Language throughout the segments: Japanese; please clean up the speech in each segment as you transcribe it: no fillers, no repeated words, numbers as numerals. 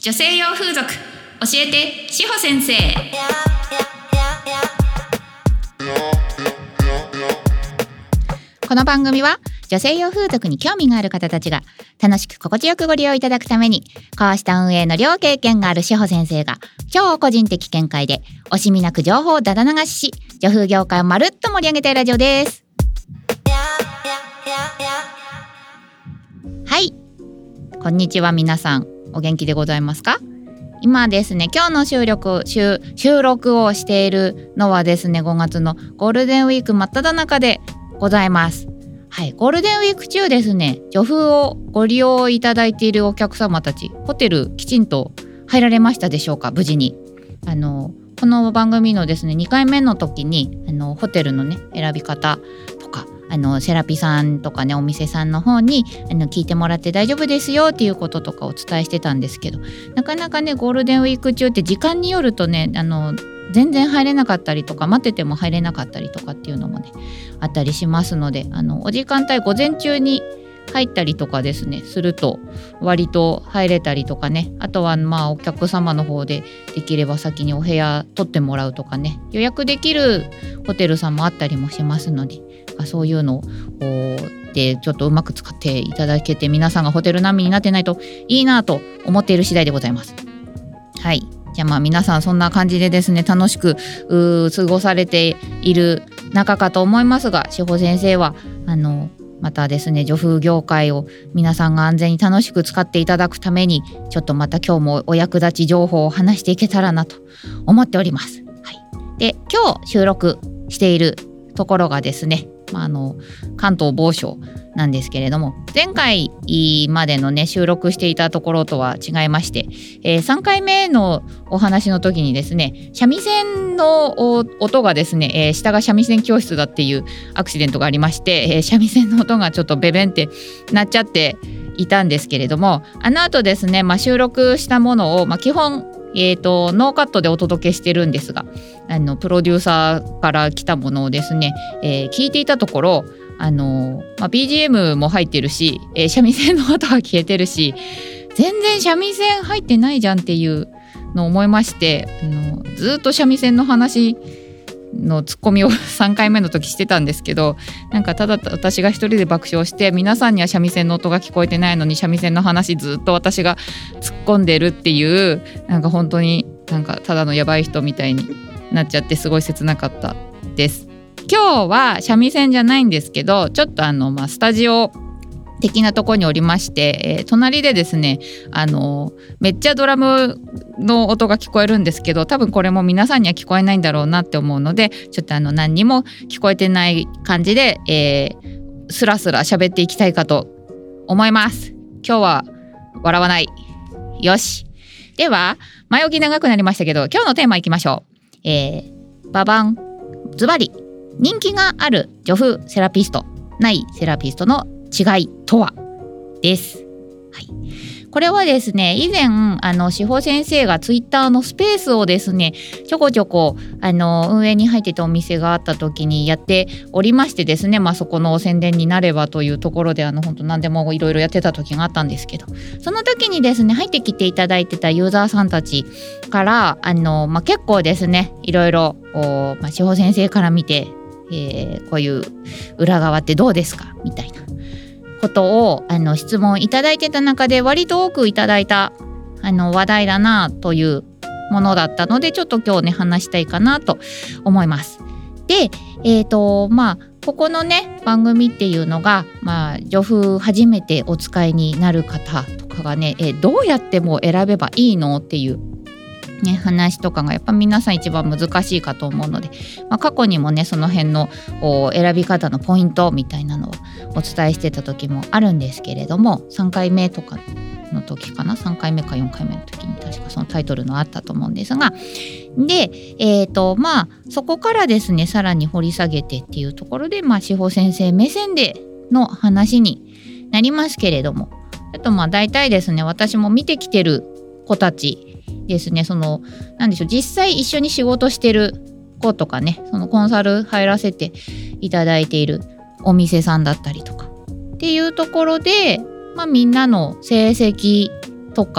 女性用風俗教えて志保先生。この番組は女性用風俗に興味がある方たちが楽しく心地よくご利用いただくために、こうした運営の両経験がある志保先生が超個人的見解で惜しみなく情報をだだ流しし、女風業界をまるっと盛り上げたいラジオです。はい、こんにちは。皆さんお元気でございますか？今ですね、今日の収録をしているのはですね、5月のゴールデンウィーク真っ只中でございます。はい、ゴールデンウィーク中ですね、女風をご利用いただいているお客様たち、ホテルきちんと入られましたでしょうか？無事に。この番組のですね、2回目の時にホテルのね選び方とかセラピさんとかね、お店さんの方に聞いてもらって大丈夫ですよっていうこととかお伝えしてたんですけど、なかなかねゴールデンウィーク中って時間によるとね全然入れなかったりとか、待ってても入れなかったりとかっていうのもねあったりしますので、お時間帯午前中に入ったりとかですねすると割と入れたりとかね、あとはお客様の方でできれば先にお部屋取ってもらうとかね、予約できるホテルさんもあったりもしますので、そういうのでちょっとうまく使っていただけて、皆さんがホテル難民になってないといいなと思っている次第でございます。はい、じゃあ皆さんそんな感じでですね、楽しく過ごされている中かと思いますが、志保先生はまたですね、女風業界を皆さんが安全に楽しく使っていただくために、ちょっとまた今日もお役立ち情報を話していけたらなと思っております。はい、で今日収録しているところがですね、関東某所なんですけれども、前回までのね収録していたところとは違いまして、3回目のお話の時にですね、三味線の音がですね、下が三味線教室だっていうアクシデントがありまして、三味線の音がちょっとベベンってなっちゃっていたんですけれども、後ですね、収録したものを、基本ノーカットでお届けしてるんですが、プロデューサーから来たものをですね、聞いていたところBGM も入ってるし、三味線の音が消えてるし、全然三味線入ってないじゃんっていうのを思いまして、ずっと三味線の話のツッコミを3回目の時してたんですけど、ただ私が一人で爆笑して、皆さんには三味線の音が聞こえてないのに三味線の話ずっと私が突っ込んでるっていう、本当にただのやばい人みたいになっちゃって、すごい切なかったです。今日は三味線じゃないんですけど、ちょっとスタジオ的なところにおりまして、隣でですねめっちゃドラムの音が聞こえるんですけど、多分これも皆さんには聞こえないんだろうなって思うので、ちょっと何にも聞こえてない感じで、スラスラ喋っていきたいかと思います。今日は笑わない。よし、では前置き長くなりましたけど、今日のテーマいきましょう。ババンズバリ、人気がある女風セラピスト、ないセラピストの違いとはです。はい、これはですね、以前志保先生がツイッターのスペースをですねちょこちょこ運営に入ってたお店があった時にやっておりましてですね、そこの宣伝になればというところで本当何でもいろいろやってた時があったんですけど、その時にですね入ってきていただいてたユーザーさんたちから結構ですね、いろいろ志保先生から見て、こういう裏側ってどうですかみたいなことを質問いただいてた中で、割と多くいただいた話題だなというものだったので、ちょっと今日ね話したいかなと思います。でここのね番組っていうのが女風初めてお使いになる方とかがね、どうやっても選べばいいのっていう話とかがやっぱ皆さん一番難しいかと思うので、過去にもねその辺の選び方のポイントみたいなのをお伝えしてた時もあるんですけれども、3回目とかの時かな、3回目か4回目の時に確かそのタイトルのあったと思うんですが、でそこからですねさらに掘り下げてっていうところで志保先生目線での話になりますけれども、あと大体ですね、私も見てきてる子たちですね、なんでしょう、実際一緒に仕事してる子とかね、そのコンサル入らせていただいているお店さんだったりとかっていうところで、みんなの成績とか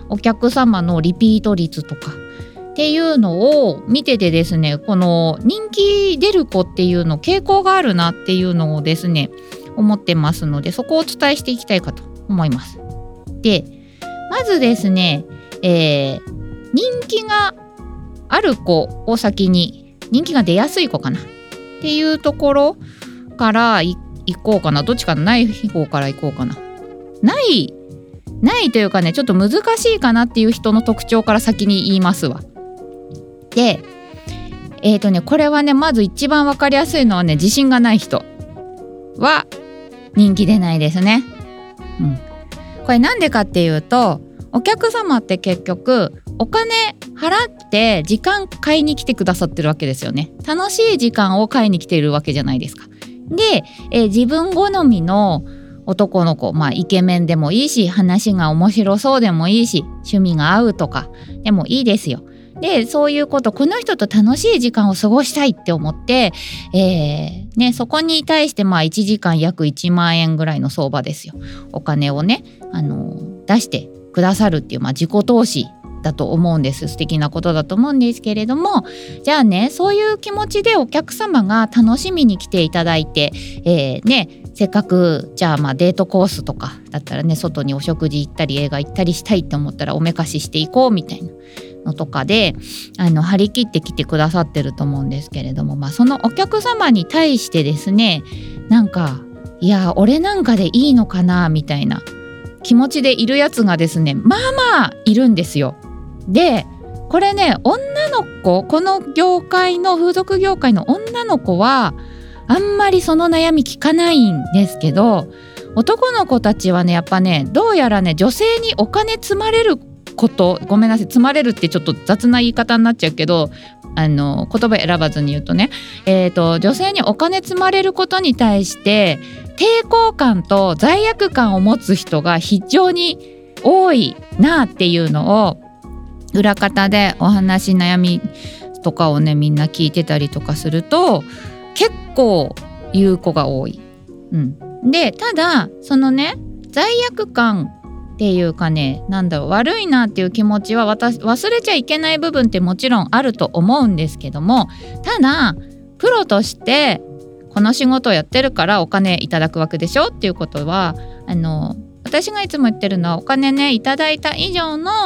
お客様のリピート率とかっていうのを見ててですね、この人気出る子っていうの傾向があるなっていうのをですね思ってますので、そこをお伝えしていきたいかと思います。でまずですね、人気がある子を先に、人気が出やすい子かなっていうところから行こうかな。どっちかな、ない方から行こうかな。ないというかね、ちょっと難しいかなっていう人の特徴から先に言いますわ。でこれはね、まず一番わかりやすいのはね、自信がない人は人気出ないですね。これなんでかっていうと、お客様って結局お金払って時間買いに来てくださってるわけですよね。楽しい時間を買いに来ているわけじゃないですか。で、自分好みの男の子、イケメンでもいいし、話が面白そうでもいいし、趣味が合うとかでもいいですよ。でそういうこと、この人と楽しい時間を過ごしたいって思って、そこに対して1時間約1万円ぐらいの相場ですよ。お金をね、出してくださるっていう、自己投資だと思うんです。素敵なことだと思うんですけれども、じゃあね、そういう気持ちでお客様が楽しみに来ていただいて、せっかくじゃあデートコースとかだったらね、外にお食事行ったり映画行ったりしたいって思ったらおめかししていこうみたいなのとかで張り切って来てくださってると思うんですけれども、そのお客様に対してですね、いや俺なんかでいいのかなみたいな気持ちでいるやつがですね、いるんですよ。でこれね、女の子、この業界の風俗業界の女の子はあんまりその悩み聞かないんですけど、男の子たちはね、やっぱね、どうやらね、女性にお金積まれること、ごめんなさい、積まれるってちょっと雑な言い方になっちゃうけど、言葉選ばずに言うとね、女性にお金積まれることに対して抵抗感と罪悪感を持つ人が非常に多いなっていうのを裏方でお話、悩みとかをね、みんな聞いてたりとかすると結構言う子が多い。でただそのね、罪悪感っていうかね、悪いなっていう気持ちは忘れちゃいけない部分ってもちろんあると思うんですけども、ただプロとしてこの仕事をやってるからお金いただくわけでしょっていうことは、私がいつも言ってるのは、お金ねいただいた以上の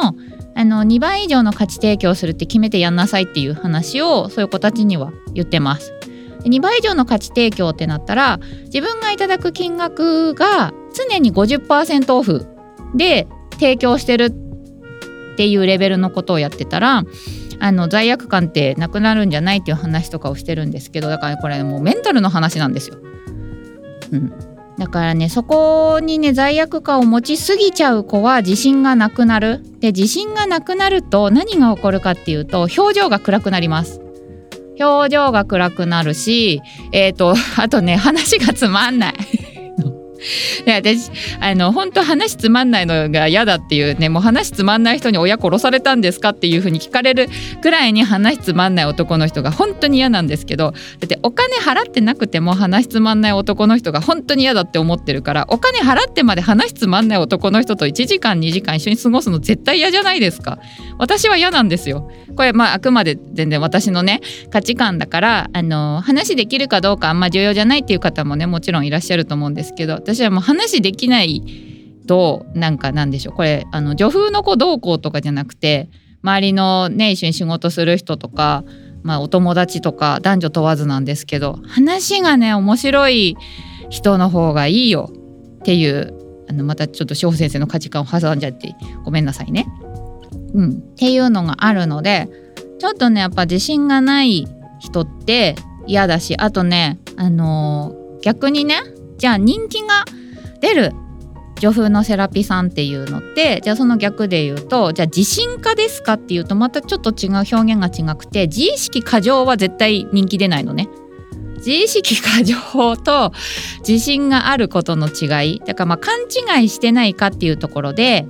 2倍以上の価値提供をするって決めてやんなさいっていう話をそういう子たちには言ってます。2倍以上の価値提供ってなったら、自分がいただく金額が常に 50% オフで提供してるっていうレベルのことをやってたら、罪悪感ってなくなるんじゃないっていう話とかをしてるんですけど、だからこれもうメンタルの話なんですよ。だからね、そこにね罪悪感を持ちすぎちゃう子は自信がなくなる。で自信がなくなると何が起こるかっていうと、表情が暗くなります。表情が暗くなるし、あとね、話がつまんないで私本当話つまんないのが嫌だっていうね、もう話つまんない人に親殺されたんですかっていう風に聞かれるくらいに話つまんない男の人が本当に嫌なんですけど、だってお金払ってなくても話つまんない男の人が本当に嫌だって思ってるから、お金払ってまで話つまんない男の人と1時間2時間一緒に過ごすの絶対嫌じゃないですか。私は嫌なんですよ。これあくまで全然私のね価値観だから、話できるかどうかあんま重要じゃないっていう方もねもちろんいらっしゃると思うんですけど、私はもう話できないとなんでしょう、これ女風の子どうこうとかじゃなくて、周りのね一緒に仕事する人とか、お友達とか男女問わずなんですけど、話がね面白い人の方がいいよっていう、またちょっと志保先生の価値観を挟んじゃってごめんなさいね、っていうのがあるので、ちょっとねやっぱ自信がない人って嫌だし、あとね逆にね、じゃあ人気が出る女風のセラピさんっていうのって、じゃあその逆で言うと、じゃあ自信家ですかっていうとまたちょっと違う、表現が違くて、自意識過剰は絶対人気出ないのね。自意識過剰と自信があることの違いだから、勘違いしてないかっていうところで、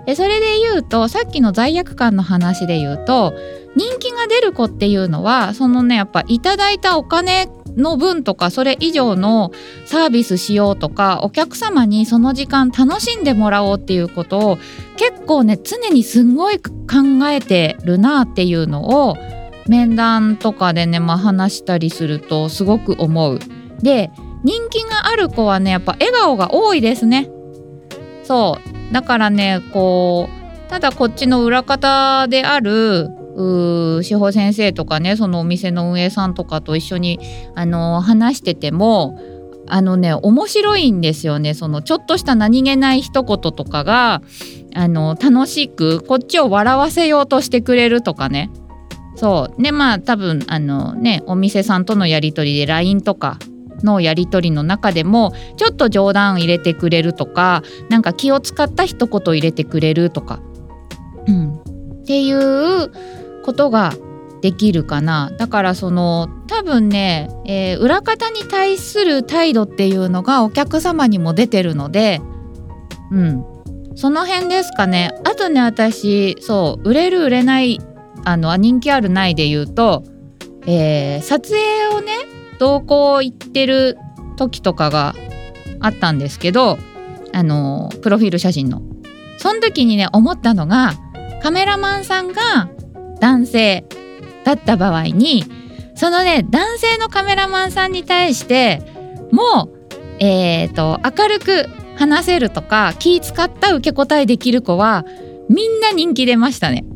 でそれで言うとさっきの罪悪感の話で言うと、人気が出る子っていうのはそのねやっぱいただいたお金の分とかそれ以上のサービスしようとか、お客様にその時間楽しんでもらおうっていうことを結構ね常にすごい考えてるなっていうのを面談とかでね、話したりするとすごく思う。で人気がある子はねやっぱ笑顔が多いですね。そうだからねただこっちの裏方である志保先生とかね、そのお店の運営さんとかと一緒に話してても面白いんですよね。そのちょっとした何気ない一言とかが楽しくこっちを笑わせようとしてくれるとかね。そうね、多分お店さんとのやり取りで LINE とかのやり取りの中でもちょっと冗談入れてくれるとか、なんか気を使った一言入れてくれるとか、っていうことができるかな。だから多分ね、裏方に対する態度っていうのがお客様にも出てるので、その辺ですかね。あとね、私売れる売れない人気あるないで言うと、撮影をね同行行ってる時とかがあったんですけど、プロフィール写真のその時にね思ったのが、カメラマンさんが男性だった場合にそのね男性のカメラマンさんに対しても明るく話せるとか気使った受け答えできる子はみんな人気出ましたね。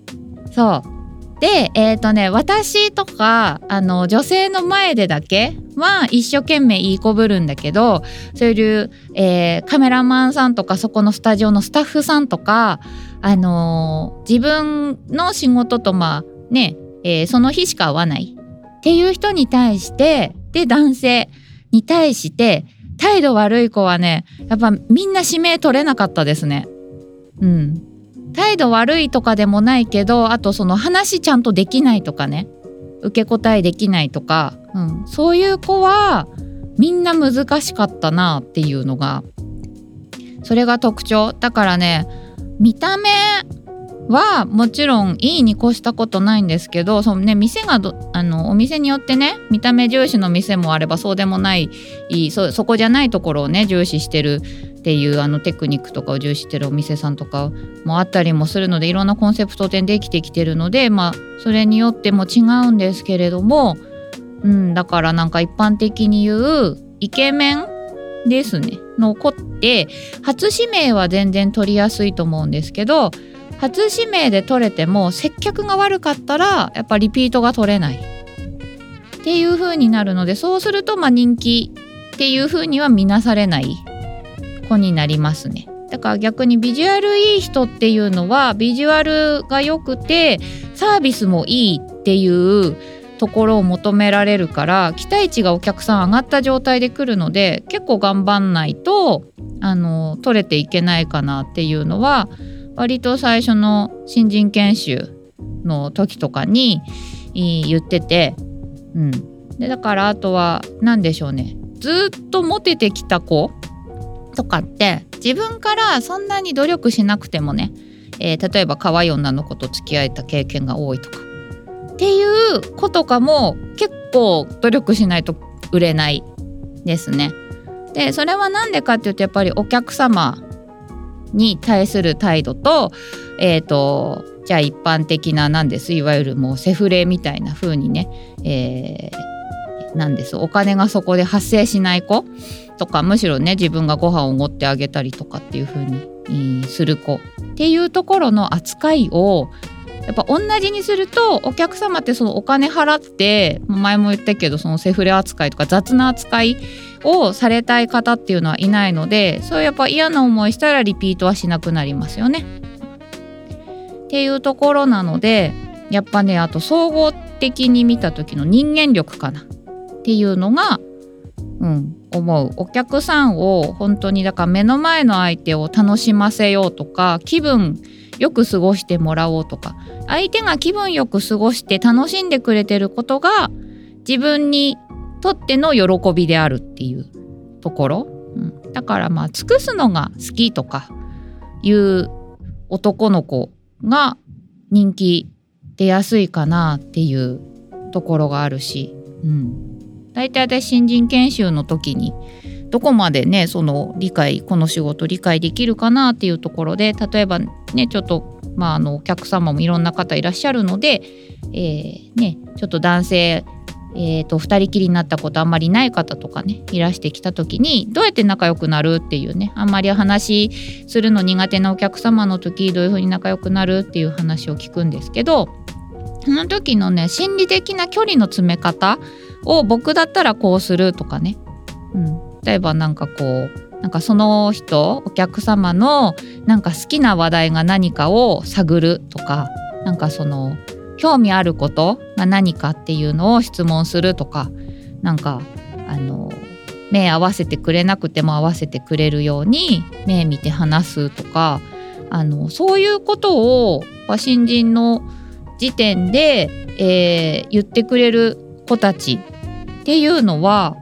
で私とか女性の前でだけは一生懸命いい子ぶるんだけど、そういう、カメラマンさんとかそこのスタジオのスタッフさんとか自分の仕事とその日しか会わないっていう人に対してで、男性に対して態度悪い子はねやっぱみんな指名取れなかったですね。態度悪いとかでもないけど、あとその話ちゃんとできないとかね、受け答えできないとか、そういう子はみんな難しかったなっていうのが、それが特徴だからね。見た目はもちろんいいに越したことないんですけど、店がお店によってね見た目重視の店もあればそうでもないそこじゃないところをね重視してるっていうテクニックとかを重視してるお店さんとかもあったりもするので、いろんなコンセプトでできてきてるので、それによっても違うんですけれども、だからなんか一般的に言うイケメンですねの子って初指名は全然取りやすいと思うんですけど、初指名で取れても接客が悪かったらやっぱリピートが取れないっていう風になるので、そうすると人気っていう風には見なされない子になりますね。だから逆にビジュアルいい人っていうのはビジュアルが良くてサービスもいいっていうところを求められるから、期待値がお客さん上がった状態で来るので結構頑張んないと取れていけないかなっていうのは割と最初の新人研修の時とかに言ってて、でだからあとは何でしょうね、ずっとモテてきた子とかって自分からそんなに努力しなくてもね、例えば可愛い女の子と付き合えた経験が多いとかっていう子とかも結構努力しないと売れないですね。でそれはなんでかっていうと、やっぱりお客様に対する態度と、じゃあ一般的ななんです、いわゆるもうセフレみたいな風にね、なんです、お金がそこで発生しない子とか、むしろね自分がご飯をおごってあげたりとかっていう風にする子っていうところの扱いをやっぱ同じにすると、お客様ってそのお金払って前も言ったけどそのセフレ扱いとか雑な扱いをされたい方っていうのはいないので、そういうやっぱ嫌な思いしたらリピートはしなくなりますよねっていうところなので、やっぱねあと総合的に見た時の人間力かなっていうのが思う。お客さんを本当にだから目の前の相手を楽しませようとか気分よく過ごしてもらおうとか、相手が気分よく過ごして楽しんでくれてることが自分にとっての喜びであるっていうところ、だから尽くすのが好きとかいう男の子が人気出やすいかなっていうところがあるし、だいたい私新人研修の時にどこまでねこの仕事理解できるかなっていうところで、例えばねちょっとお客様もいろんな方いらっしゃるので、ちょっと男性2人きりになったことあんまりない方とかねいらしてきた時にどうやって仲良くなるっていうね、あんまり話するの苦手なお客様の時どういう風に仲良くなるっていう話を聞くんですけど、その時のね心理的な距離の詰め方を僕だったらこうするとかね、例えばその人お客様の好きな話題が何かを探るとか、興味あることが何かっていうのを質問するとか、目合わせてくれなくても合わせてくれるように目見て話すとか、そういうことを新人の時点で、言ってくれる子たちっていうのは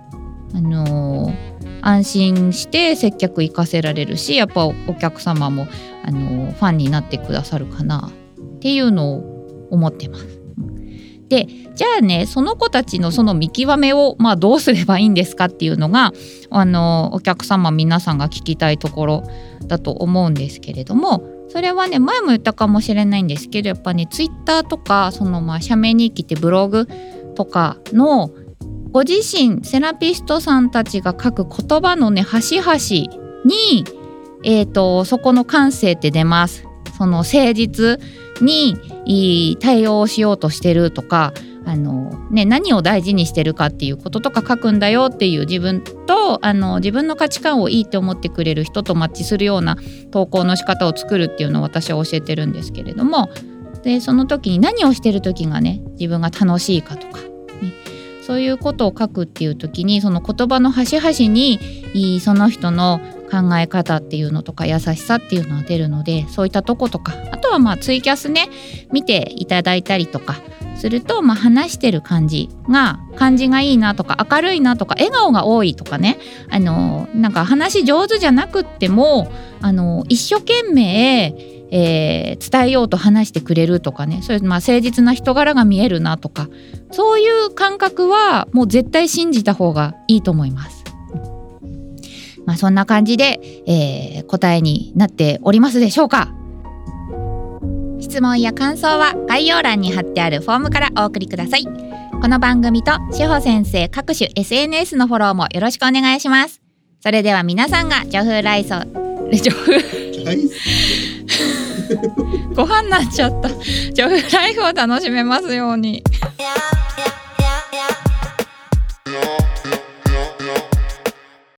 安心して接客活かせられるし、やっぱお客様もファンになってくださるかなっていうのを思ってます。でじゃあねその子たちのその見極めをどうすればいいんですかっていうのがお客様皆さんが聞きたいところだと思うんですけれども、それはね前も言ったかもしれないんですけど、やっぱねツイッターとか写メ日記ってブログとかのご自身セラピストさんたちが書く言葉のね端々に、そこの感性って出ます。その誠実に対応しようとしてるとか、何を大事にしてるかっていうこととか書くんだよっていう、自分の価値観をいいって思ってくれる人とマッチするような投稿の仕方を作るっていうのを私は教えてるんですけれども、でその時に何をしてる時がね自分が楽しいかとか、そういうことを書くっていう時にその言葉の端々にその人の考え方っていうのとか優しさっていうのが出るので、そういったとことか、あとはツイキャスね見ていただいたりとかすると、話してる感じがいいなとか明るいなとか笑顔が多いとかね、話上手じゃなくっても一生懸命伝えようと話してくれるとかね、そういう誠実な人柄が見えるなとか、そういう感覚はもう絶対信じた方がいいと思います。そんな感じで、答えになっておりますでしょうか。質問や感想は概要欄に貼ってあるフォームからお送りください。この番組と志保先生各種 SNS のフォローもよろしくお願いします。それでは皆さんがご飯になっちゃったジョフライフを楽しめますように。